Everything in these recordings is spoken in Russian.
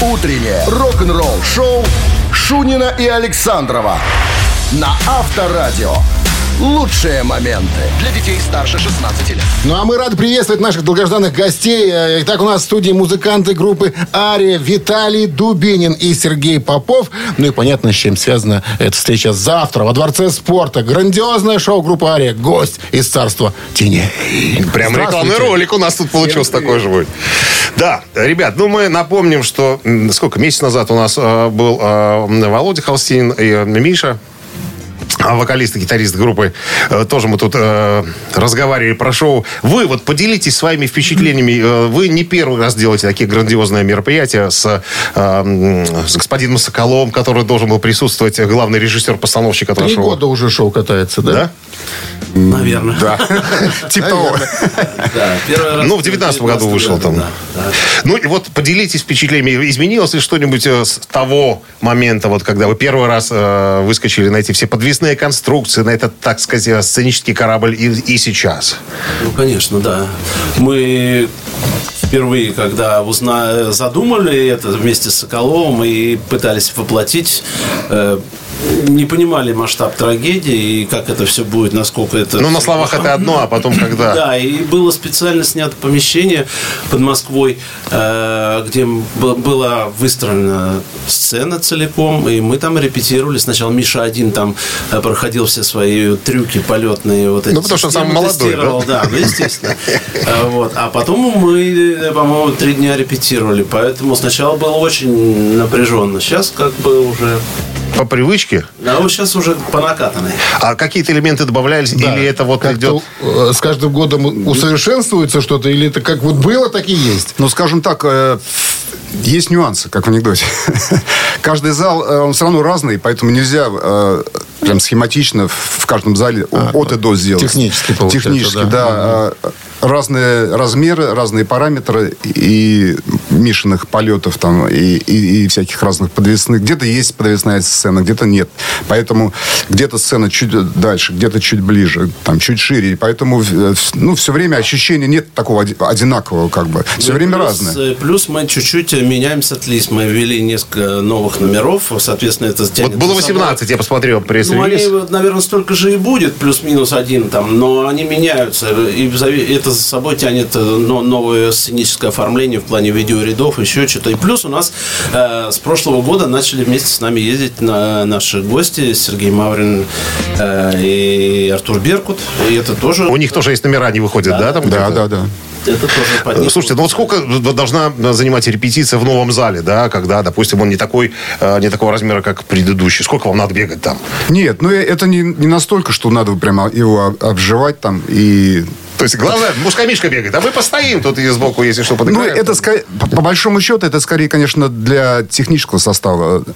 Утреннее рок-н-ролл-шоу Шунина и Александрова на Авторадио. Лучшие моменты для детей старше 16 лет. Ну а мы рады приветствовать наших долгожданных гостей. Итак, у нас в студии музыканты группы «Ария» Виталий Дубинин и Сергей Попов. Ну и понятно, с чем связана эта встреча завтра во Дворце спорта. Грандиозное шоу группы «Ария». Гость из царства теней. Прям рекламный ролик у нас тут получился такой же будет. Да, ребят, ну мы напомним, что месяц назад у нас был Володя Холстинин и Миша, вокалист и гитарист группы. Тоже мы тут разговаривали про шоу. Вы вот поделитесь своими впечатлениями. Вы не первый раз делаете такие грандиозные мероприятия с господином Соколовым, который должен был присутствовать, главный режиссер-постановщик этого шоу. 3 года уже шоу катается, да? Да? Наверное. Да. Типа того. Ну, в 2019 году вышел там. Ну, и вот поделитесь впечатлениями. Изменилось ли что-нибудь с того момента, вот когда вы первый раз выскочили на эти все подвесные конструкции, на этот, так сказать, сценический корабль и сейчас? Ну, конечно, да. Мы впервые, когда задумали это вместе с Соколовым и пытались воплотить, не понимали масштаб трагедии и как это все будет, насколько это... Ну, на словах это одно, а потом когда... Да, и было специально снято помещение под Москвой, где была выстроена сцена целиком, и мы там репетировали. Сначала Миша один там проходил все свои трюки полетные. Вот эти, ну, потому что самый молодой, да? Да, ну, естественно. А потом мы, по-моему, 3 дня репетировали, поэтому сначала было очень напряженно. Сейчас как бы уже... По привычке? Да, вот сейчас уже по накатанной. А какие-то элементы добавлялись? Да. Или это вот идет... С каждым годом усовершенствуется что-то? Или это как вот было, так и есть? Ну, скажем так, есть нюансы, как в анекдоте. Каждый зал, он все равно разный, поэтому нельзя прям схематично в каждом зале от и до сделать. Технически получается. Технически, да. Разные размеры, разные параметры и Мишиных полетов там, и всяких разных подвесных. Где-то есть подвесная сцена, где-то нет. Поэтому где-то сцена чуть дальше, где-то чуть ближе, там, чуть шире. Поэтому все время ощущения нет такого одинакового, как бы. Все время разное. Плюс мы чуть-чуть меняем сет-лист. Мы ввели несколько новых номеров, соответственно, это тянет. Вот было 18, я посмотрел пресс-релиз. Ну, они, наверное, столько же и будет, плюс-минус 1 там, но они меняются. И это за собой тянет новое сценическое оформление в плане видеорядов, еще что-то. И плюс у нас с прошлого года начали вместе с нами ездить наши гости Сергей Маврин и Артур Беркут. И это тоже... У них тоже есть номера, они выходят, да? Там да. Это тоже под них. Слушайте, ну вот сколько должна занимать репетиция в новом зале, да, когда, допустим, он не такого размера, как предыдущий? Сколько вам надо бегать там? Нет, ну это не настолько, что надо прямо его обживать там и... То есть, главное, мушка-мишка бегает, а мы постоим тут и сбоку, если что, подыграем. Ну, это, по большому счету, это скорее, конечно, для технического состава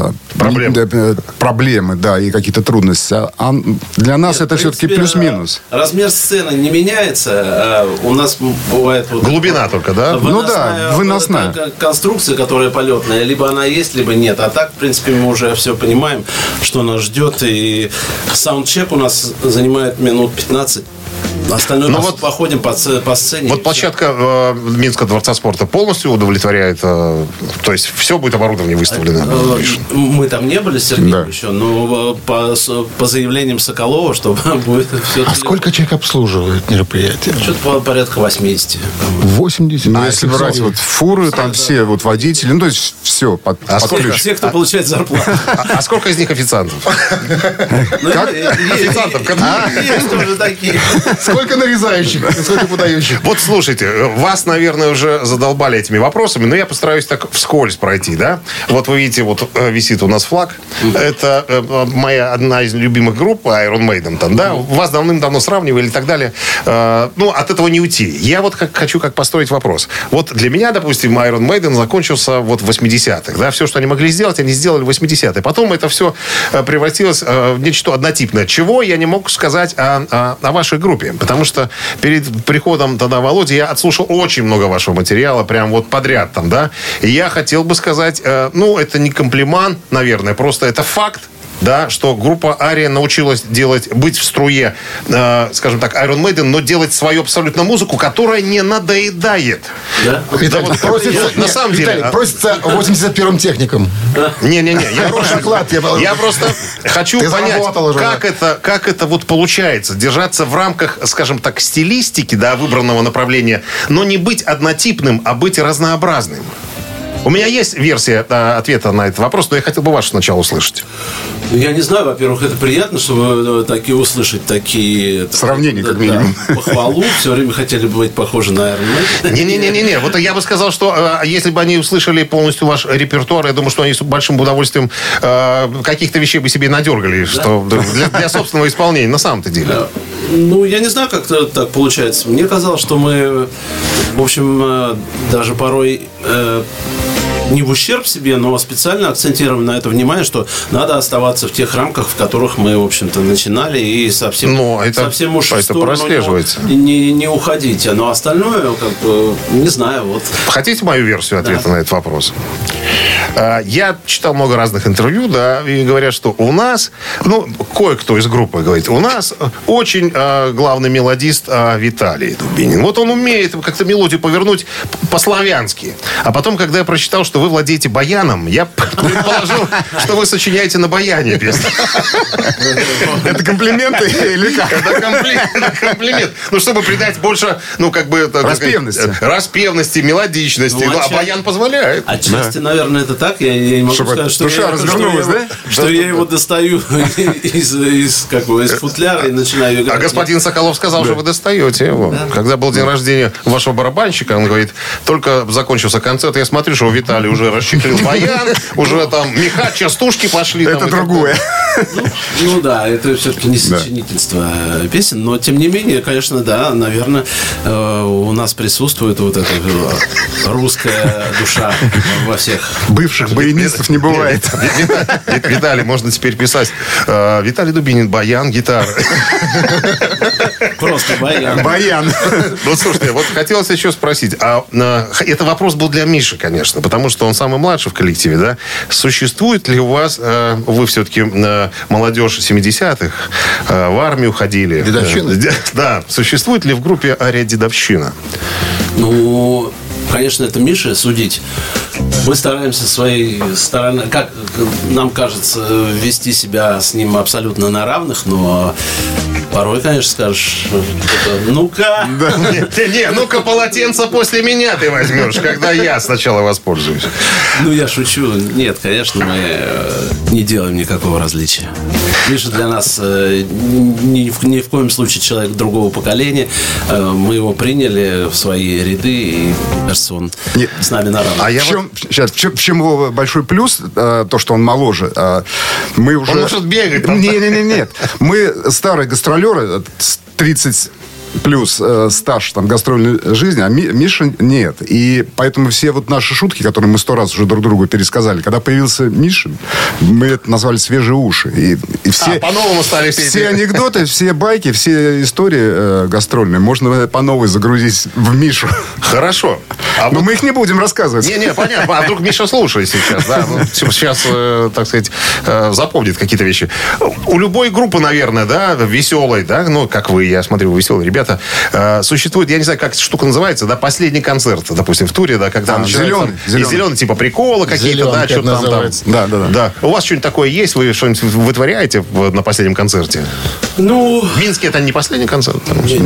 проблемы, да, и какие-то трудности. А для нас это все-таки плюс-минус. Размер сцены не меняется. У нас бывает... Глубина только, да? Выносная. Конструкция, которая полетная. Либо она есть, либо нет. А так, в принципе, мы уже все понимаем, что нас ждет. И саундчек у нас занимает минут 15. Остальное походим по сцене. Вот площадка Минского дворца спорта полностью удовлетворяет? То есть все будет оборудование выставлено? Мы там не были с Сергеем еще, но по заявлениям Соколова, что будет все... А сколько человек обслуживает мероприятие? Что-то порядка 80. 80? Ну, если брать вот фуры, там все вот водители, ну, то есть все под ключ. Все, кто получает зарплату. А сколько из них официантов? Официантов? Есть уже такие. Сколько нарезающих, сколько подающих? Вот слушайте, вас, наверное, уже задолбали этими вопросами, но я постараюсь так вскользь пройти, да? Вот вы видите, вот висит у нас флаг. Это моя одна из любимых групп, Iron Maiden, там, да? Вас давным-давно сравнивали и так далее. Ну, от этого не уйти. Я вот хочу построить вопрос. Вот для меня, допустим, Iron Maiden закончился вот в 80-х, да? Все, что они могли сделать, они сделали в 80-е. Потом это все превратилось в нечто однотипное. Чего я не мог сказать о вашей группе? Потому что перед приходом тогда Володи я отслушал очень много вашего материала, прям вот подряд там, да. И я хотел бы сказать, это не комплимент, наверное, просто это факт. да, что группа Ария научилась быть в струе, скажем так, Iron Maiden, но делать свою абсолютно музыку, которая не надоедает. Да? Виталий, вот просится, на самом деле, Виталий, просится 81-м техником. Не-не-не, я просто хочу Ты понять, заработал уже, как это вот получается, держаться в рамках, скажем так, стилистики, да, выбранного направления, но не быть однотипным, а быть разнообразным. У меня есть версия ответа на этот вопрос, но я хотел бы вашу сначала услышать. Я не знаю, во-первых, это приятно, чтобы услышать такие... Сравнения, как минимум. Похвалу. Все время хотели бы быть похожи на Iron Maiden. Не-не-не. Вот я бы сказал, что если бы они услышали полностью ваш репертуар, я думаю, что они с большим удовольствием каких-то вещей бы себе надергали, что для собственного исполнения, на самом-то деле. Ну, я не знаю, как так получается. Мне казалось, что мы, в общем, даже порой... не в ущерб себе, но специально акцентируем на это внимание, что надо оставаться в тех рамках, в которых мы, в общем-то, начинали, и совсем уж в сторону прослеживается. Не уходить. Но остальное, как бы, не знаю. Вот. Хотите мою версию ответа на этот вопрос? Я читал много разных интервью, да, и говорят, что у нас, кое-кто из группы говорит, у нас очень главный мелодист Виталий Дубинин. Вот он умеет как-то мелодию повернуть по-славянски. А потом, когда я прочитал, что вы владеете баяном, я предположил, что вы сочиняете на баяне песню. Это комплименты или как? Это комплимент. Чтобы придать больше, распевности, мелодичности. А баян позволяет. Отчасти, наверное, это так. Я не могу сказать, что душа развернулась, да? Что я его достаю из футляра и начинаю играть. А господин Соколов сказал, что вы достаете его. Да. Когда был день рождения вашего барабанщика, он говорит, только закончился концерт, я смотрю, что у Виталия уже расчехлил баян, уже там меха, частушки пошли. Это другое. Ну да, это все-таки не сочинительство песен, но тем не менее, конечно, да, наверное, у нас присутствует вот эта русская душа во всех. Бывших баянистов не бывает. Виталий, можно теперь писать Виталий Дубинин, баян, гитара. Просто баян. Баян. Ну, слушайте, вот хотелось еще спросить. Это вопрос был для Миши, конечно, потому что он самый младший в коллективе, да? Существует ли у вас, вы все-таки молодежь 70-х, в армию ходили? Дедовщина? Да. Существует ли в группе Ария дедовщина? Ну, конечно, это Миша судить. Мы стараемся своей стороны, как нам кажется, вести себя с ним абсолютно на равных, но порой, конечно, скажешь, ну-ка. Ну-ка, полотенце после меня ты возьмешь, когда я сначала воспользуюсь. Ну, я шучу. Нет, конечно, мы не делаем никакого различия. Миша для нас ни в коем случае человек другого поколения. Мы его приняли в свои ряды, и, кажется, он с нами на равных. В чем его большой плюс, то, что он моложе. Мы уже... Он может бегать. Нет. Мы старые гастролеры, 30 плюс стаж там, гастрольной жизни, а Миша нет. И поэтому все вот наши шутки, которые мы 100 раз уже друг другу пересказали, когда появился Миша, мы это назвали «свежие уши». И все, по-новому стали петь. Все анекдоты, все байки, все истории гастрольные можно по новой загрузить в Мишу. Хорошо. Но мы их не будем рассказывать. Не, понятно. А вдруг Миша слушает сейчас, да? Сейчас, так сказать, запомнит какие-то вещи. У любой группы, наверное, да, веселой, да, как вы, я смотрю, вы веселые ребята, существует, я не знаю, как эта штука называется, да, последний концерт, допустим, в туре, да, когда зеленый, типа приколы какие-то, да, что-то там. Да. У вас что-нибудь такое есть? Вы что-нибудь вытворяете на последнем концерте? Ну... В Минске это не последний концерт? Нет.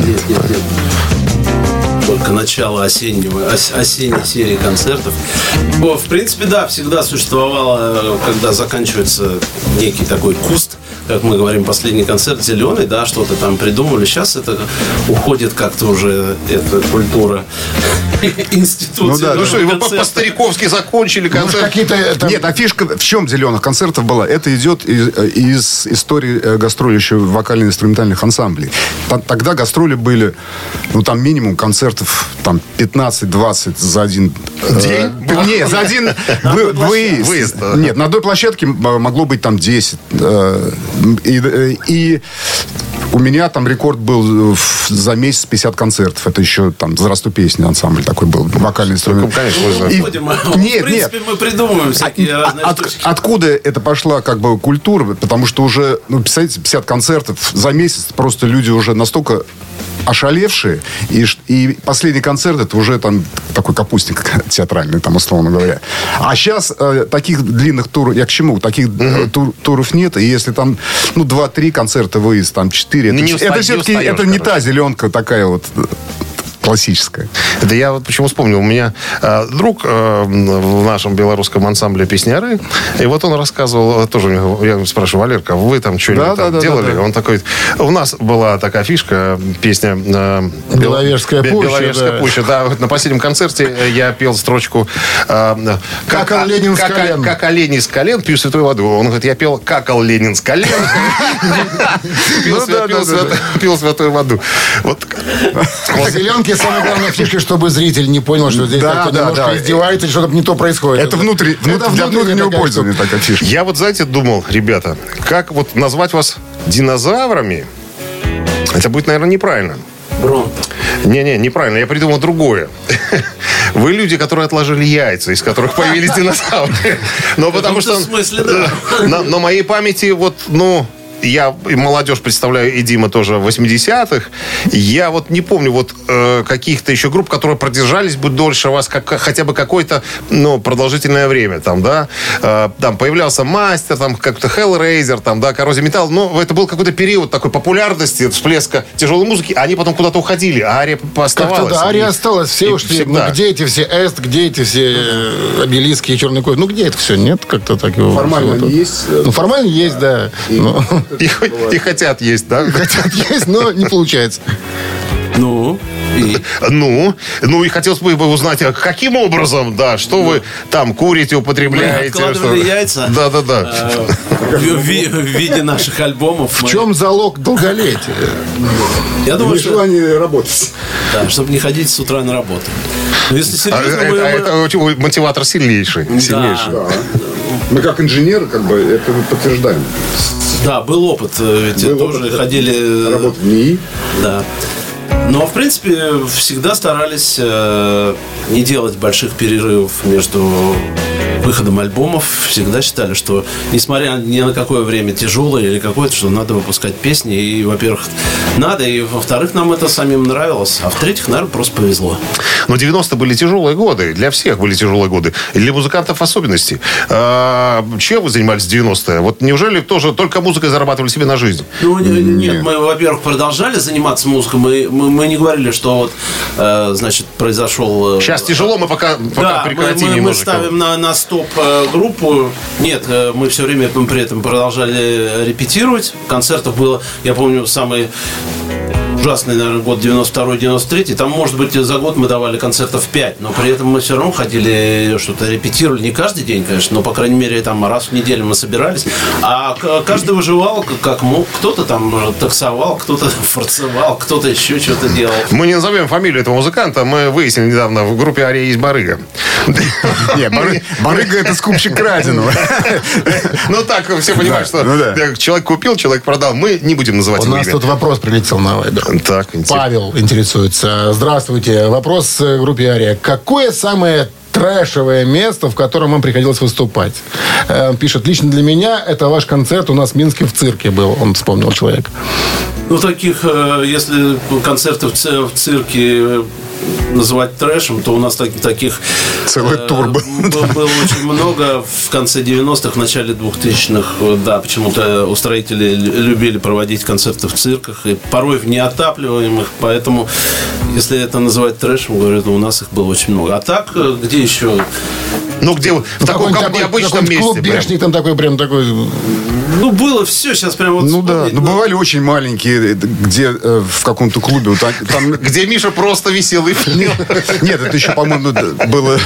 Только начало осенней серии концертов. В принципе, да, всегда существовало, когда заканчивается некий такой куст, как мы говорим, последний концерт зеленый, да, что-то там придумали. Сейчас это уходит как-то уже, эта культура институции. Ну что, его по-стариковски закончили концерт. Нет, а фишка в чем зеленых концертов была? Это идет из истории гастролища вокально-инструментальных ансамблей. Тогда гастроли были, там минимум концертов там 15-20 за один день? Нет, за один выезд. Нет, на одной площадке могло быть там 10. И У меня там рекорд был за месяц 50 концертов. Это еще там «Здравствуй, песня» ансамбль такой был, вокальный инструмент. Конечно, мы знаем. В принципе, мы придумываем всякие разные штучки. Откуда это пошла как бы культура? Потому что уже, представляете, 50 концертов за месяц, просто люди уже настолько ошалевшие, и последний концерт это уже там такой капустник театральный, там, условно говоря. А сейчас таких длинных туров, я к чему? Таких туров нет, и если там 2-3 концерта выезд, там 4, это все-таки это не та зеленка такая вот классическая. Это я вот почему вспомнил. У меня друг в нашем белорусском ансамбле «Песняры», и вот он рассказывал, тоже я спрашиваю: Валерка, вы там что-нибудь делали? Да. Он такой: у нас была такая фишка, песня «Беловежская пуща». «Беловежская пуща», да. Вот на последнем концерте я пел строчку «Какал Ленин с колен». «Какал Ленин с колен, пью святую воду». Он говорит: я пел «Какал Ленин с колен». Пил святую воду. Вот. Зеленки самая главная фишка, чтобы зритель не понял, что здесь как-то немножко издевается, или что-то не то происходит. Это для внутреннего пользования такая фишка. Я вот, знаете, думал, ребята, как вот назвать вас динозаврами? Это будет, наверное, неправильно. Неправильно. Я придумал другое. Вы люди, которые отложили яйца, из которых появились динозавры. Но потому что... В смысле, да. На моей памяти я и молодежь представляю, и Дима тоже 80-х. Я вот не помню каких-то еще групп, которые продержались бы дольше вас хотя бы какое-то продолжительное время. Там, да? Там появлялся Мастер, там как-то Hellraiser, там, да, Коррозия металла. Но это был какой-то период такой популярности, всплеска тяжелой музыки. Они потом куда-то уходили, а Ария оставалась. Как-то, да, Ария осталась. Все ушли. Где эти все Эст, где эти все обелиски и Черный Кот? Где это все? Нет? Как-то так его... Формально они есть. Формально есть, да. И хотят есть, да? Хотят есть, но не получается. И хотелось бы узнать, каким образом, да, что вы там курите, употребляете. Откладывали яйца. Да. В виде наших альбомов. В чем залог долголетия? Я думаю, что... Желание работать. Да, чтобы не ходить с утра на работу. Если серьезно, это мотиватор сильнейший. Мы как инженеры, это подтверждаем. Да, был опыт. Ведь тоже ходили... Работать в НИИ. Да. Но, в принципе, всегда старались не делать больших перерывов между выходом альбомов. Всегда считали, что, несмотря ни на какое время тяжелое или какое-то, что надо выпускать песни. И, во-первых, надо, и, во-вторых, нам это самим нравилось. А в-третьих, наверное, просто повезло. Но 90-е были тяжелые годы. Для всех были тяжелые годы. И для музыкантов в особенности. Чем вы занимались в 90-е? Вот неужели тоже только музыкой зарабатывали себе на жизнь? Нет, мы, во-первых, продолжали заниматься музыкой. Мы не говорили, что значит, произошел... Сейчас тяжело, мы пока прекратим немножко. Мы ставим на стоп группу. Нет, мы все время при этом продолжали репетировать. Концертов было, я помню, самый ужасный, наверное, год 92-93. Там, может быть, за год мы давали концертов 5, но при этом мы все равно ходили, что-то репетировали. Не каждый день, конечно, но, по крайней мере, там раз в неделю мы собирались. А каждый выживал как мог. Кто-то там таксовал, кто-то форцевал, кто-то еще что-то делал. Мы не назовем фамилию этого музыканта. Мы выяснили недавно, в группе Ария есть барыга. Нет, барыга — это скупщик краденого. Ну так, все понимают, что человек купил, человек продал. Мы не будем называть его имя. У нас тут вопрос прилетел на Вайбер. Так, Павел интересуется. Здравствуйте. Вопрос к группе Ария. Какое самое трэшевое место, в котором вам приходилось выступать? Пишет: лично для меня это ваш концерт у нас в Минске в цирке был. Он вспомнил человек. Таких, если концерты в цирке называть трэшем, то у нас таких целый тур был. Было очень много в конце 90-х, в начале 2000-х. Да, почему-то устроители любили проводить концерты в цирках, и порой в неотапливаемых. Поэтому, если это называть трэшем, говорят, у нас их было очень много. А так, где еще? Где? В таком необычном месте. Клуб «Бешник» там такой, прям такой... Было все, сейчас прям вот... да. Бывали очень маленькие, где в каком-то клубе... Там... Где Миша просто висел и пел. Нет, это еще, по-моему, было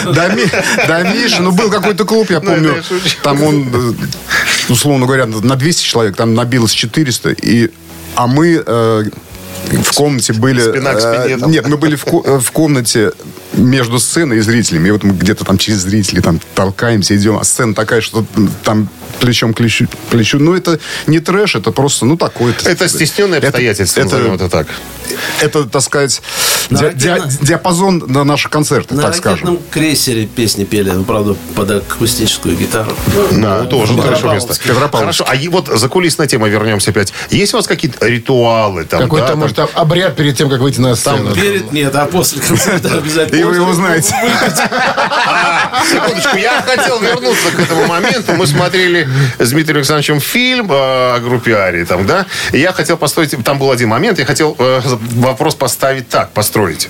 до Миши. Был какой-то клуб, я помню. Там он, условно говоря, на 200 человек, там набилось 400. А мы в комнате были... Спина к спине. Нет, мы были в комнате между сценой и зрителями. И вот мы где-то там через зрителей там толкаемся, идем. А сцена такая, что там плечом к плечу. Ну, это не трэш, это просто, ну, такое. Это стесненные обстоятельства, назовем это так. Это, так сказать, диапазон на наши концерты, так скажем. На ракетном крейсере песни пели, ну, правда, под акустическую гитару. Ну, тоже хорошее место. Хорошо, а вот закулисная тема, вернемся опять. Есть у вас какие-то ритуалы? Там, какой-то, да, может, обряд перед тем, как выйти на сцену? Перед нет, а после концерта обязательно. И вы его знаете. Секундочку, я хотел вернуться к этому моменту. Мы смотрели с Дмитрием Александровичем фильм о группе Арии, там, да? И я хотел построить, там был один момент, я хотел вопрос поставить так, построить.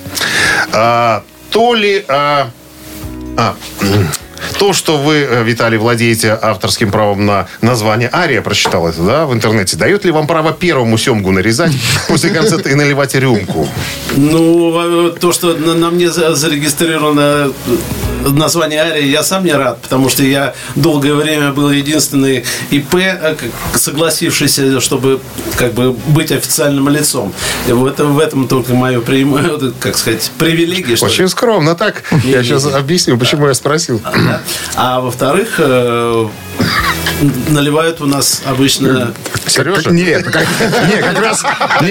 То, что вы, Виталий, владеете авторским правом на название «Ария», прочитал это, да, в интернете, дает ли вам право первому семгу нарезать после концерта и наливать рюмку? Ну, то, что на мне зарегистрировано название «Ария», я сам не рад, потому что я долгое время был единственный ИП, согласившийся, чтобы как бы быть официальным лицом. И в этом только мое, как сказать, привилегия. Очень скромно, так? Я сейчас объясню, почему я спросил. А во-вторых, наливают у нас обычно... Сережа? Нет, как раз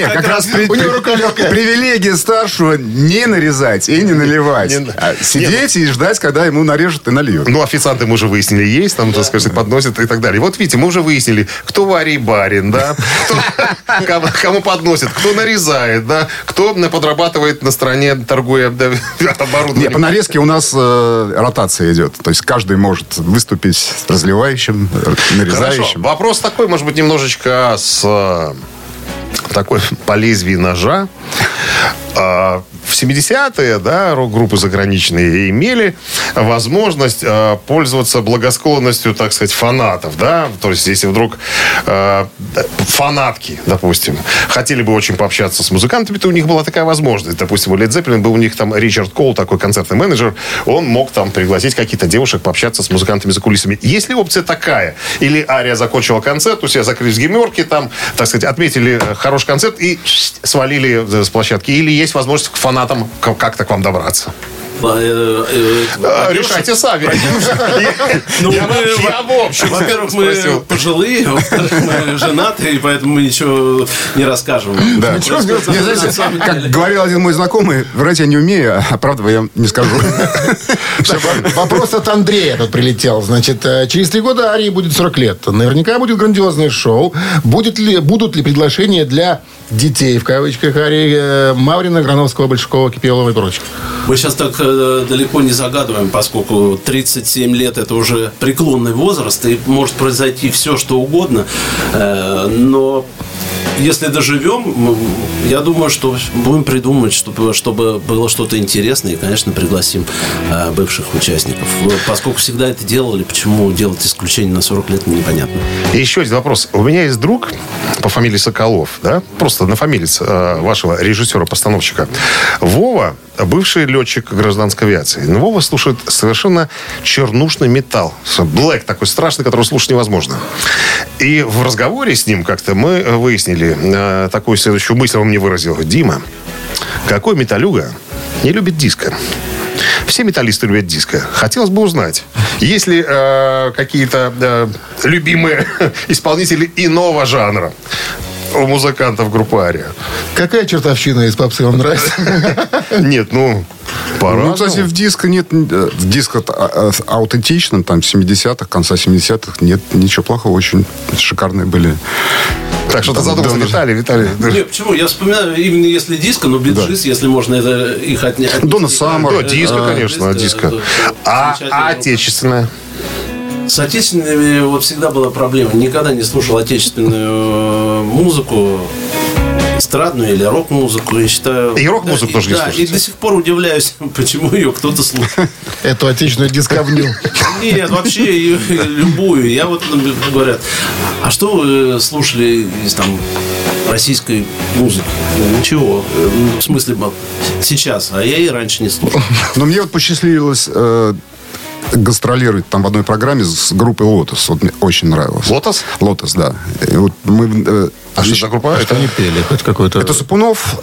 привилегия старшего не нарезать и не наливать. А сидеть и ждать, когда ему нарежут и нальют. Ну, официанты мы уже выяснили, есть, там, так сказать, подносят и так далее. Вот видите, мы уже выяснили, кто в Арии барин, да, кому подносит, кто нарезает, да, кто подрабатывает на стороне, торгуя оборудованием. Нет, по нарезке у нас ротация идет. То есть каждый может выступить разливающим, нарезающим. Хорошо. Вопрос такой, может быть, немножечко с такой по лезвию ножа. В 70-е, да, рок-группы заграничные имели возможность пользоваться благосклонностью, так сказать, фанатов, да, то есть если вдруг фанатки, допустим, хотели бы очень пообщаться с музыкантами, то у них была такая возможность. Допустим, у Led Zeppelin был у них там Ричард Кол, такой концертный менеджер, он мог там пригласить каких-то девушек пообщаться с музыкантами за кулисами. Есть ли опция такая? Или Ария закончила концерт, у себя закрылись в гримерке, там, так сказать, отметили хороший концерт и свалили с площадки? Или есть возможность к фанатам как-то к вам добраться? Решайте сами. Во-первых, мы пожилые, во-вторых, мы женаты, и поэтому мы ничего не расскажем. Да. Как говорил один мой знакомый, врать я не умею, а правду я не скажу. Вопрос от Андрея тут прилетел. Значит, через 3 года Арии будет 40 лет. Наверняка будет грандиозное шоу. Будут ли приглашения для детей, в кавычках, Арии, Маврина, Грановского, Большакова, Кипелова и прочих? Мы сейчас так далеко не загадываем, поскольку 37 лет – это уже преклонный возраст, и может произойти все, что угодно. Но если доживем, я думаю, что будем придумать, чтобы было что-то интересное, и, конечно, пригласим бывших участников. Поскольку всегда это делали, почему делать исключение на 40 лет, непонятно. И еще один вопрос. У меня есть друг по фамилии Соколов, да, просто однофамилец вашего режиссера-постановщика. Вова, бывший летчик гражданской авиации. Но Вова слушает совершенно чернушный металл. Блэк такой страшный, который слушать невозможно. И в разговоре с ним как-то мы выяснили такую следующую мысль, он мне выразил. Дима, какой металлюга не любит диско? Все металлисты любят диско. Хотелось бы узнать, есть ли какие-то любимые исполнители иного жанра у музыкантов группы Ария? Какая чертовщина из попсы вам нравится? Нет, по-разному. Ну, кстати, в диско нет. В диско аутентичном, там, 70-х, конца 70-х, нет ничего плохого. Очень шикарные были. Так что ты задумался, Виталий. Нет, почему? Я вспоминаю, именно если диско, но Биджис, если можно это их отнять. Донна Саммер. Диско, конечно, диско. А отечественное? С отечественными вот всегда была проблема. Никогда не слушал отечественную музыку, эстрадную или рок-музыку, я считаю. И рок-музыку тоже не слушаете? И до сих пор удивляюсь, почему ее кто-то слушает. Эту отечественную дисковню. Нет, вообще любую. Я вот, говорят, а что вы слушали из там российской музыки? Ничего. В смысле, сейчас. А я и раньше не слушал. Но мне вот посчастливилось гастролировать там в одной программе с группой «Лотос». Вот мне очень нравилось. «Лотос»? «Лотос», да. И вот мы... А что за группа? Что они пели? Это какой-то... Это Сапунов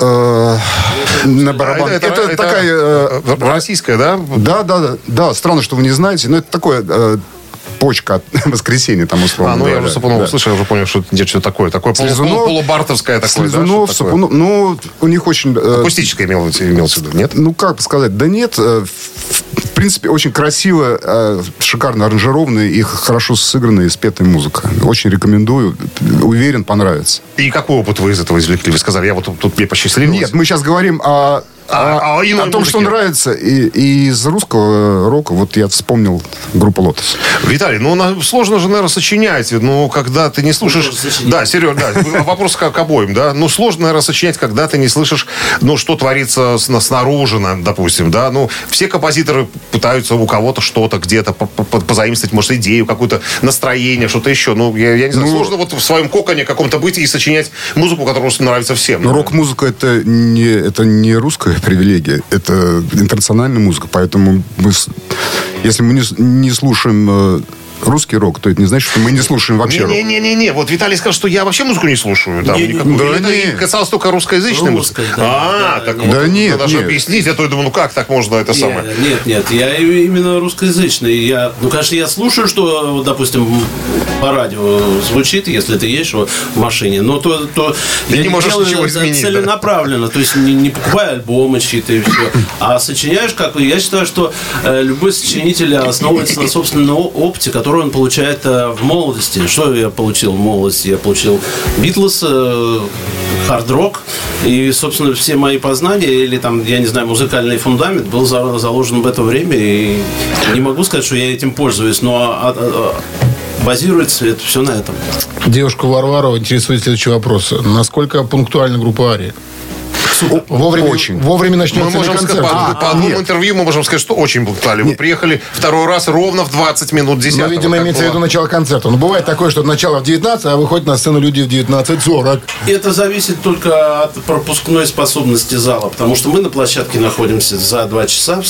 на барабанах. Это такая... российская, да? Да. Странно, что вы не знаете. Но это такое... почка от воскресенья, там, условно. Я уже Сапунова услышал, я уже понял, что это что такое. Такое полубартовское такое. Слизунов, Сапунов. Ну, у них очень... Акустическое имелось в виду, нет? Ну, как бы сказать, да нет. В принципе, очень красиво, шикарно аранжированная и хорошо сыгранная и спетая музыка. Очень рекомендую. Уверен, понравится. И какой опыт вы из этого извлекли? Вы сказали, я вот тут мне посчастливилось. Нет, мы сейчас говорим о том, что нравится. И из русского рока вот я вспомнил группу «Лотос». Виталий, сложно же, наверное, сочинять. Когда ты не слушаешь... Да, Сереж, да, вопрос к обоим, да. сложно, наверное, сочинять, когда ты не слышишь, что творится снаружи, допустим, да. Все композиторы пытаются у кого-то что-то где-то позаимствовать, может, идею, какое-то настроение, что-то еще. Я не знаю, сложно вот в своем коконе каком-то быть и сочинять музыку, которая нравится всем. Рок-музыка это не русская привилегия, это интернациональная музыка, поэтому если мы не слушаем русский рок, то это не значит, что мы не слушаем вообще рок. Не. Вот Виталий сказал, что я вообще музыку не слушаю. Это касалось только русскоязычной музыки. Нет. Надо же объяснить. Я думаю, как так можно это самое? Нет. Я именно русскоязычный. Конечно, я слушаю, что, допустим, по радио звучит, если ты едешь в машине, но то ты не можешь ничего изменить. Целенаправленно. То есть не покупай альбомы чьи-то и все. А сочиняешь, я считаю, что любой сочинитель основывается на собственном опыте, который он получает в молодости. Что я получил в молодости? Я получил Битлз, хард-рок. И, собственно, все мои познания или там, я не знаю, музыкальный фундамент был заложен в это время. И не могу сказать, что я этим пользуюсь, но базируется это все на этом. Девушку Варвару интересует следующий вопрос. Насколько пунктуальна группа «Ария»? Вовремя начнется концерт. По одному интервью мы можем сказать, что очень пунктуально. Вы приехали второй раз ровно в 20 минут 10-го. Видимо, имеется в виду начало концерта. Но бывает такое, что начало в 19, а выходят на сцену люди в 19:40. Это зависит только от пропускной способности зала. Потому что мы на площадке находимся за 2 часа.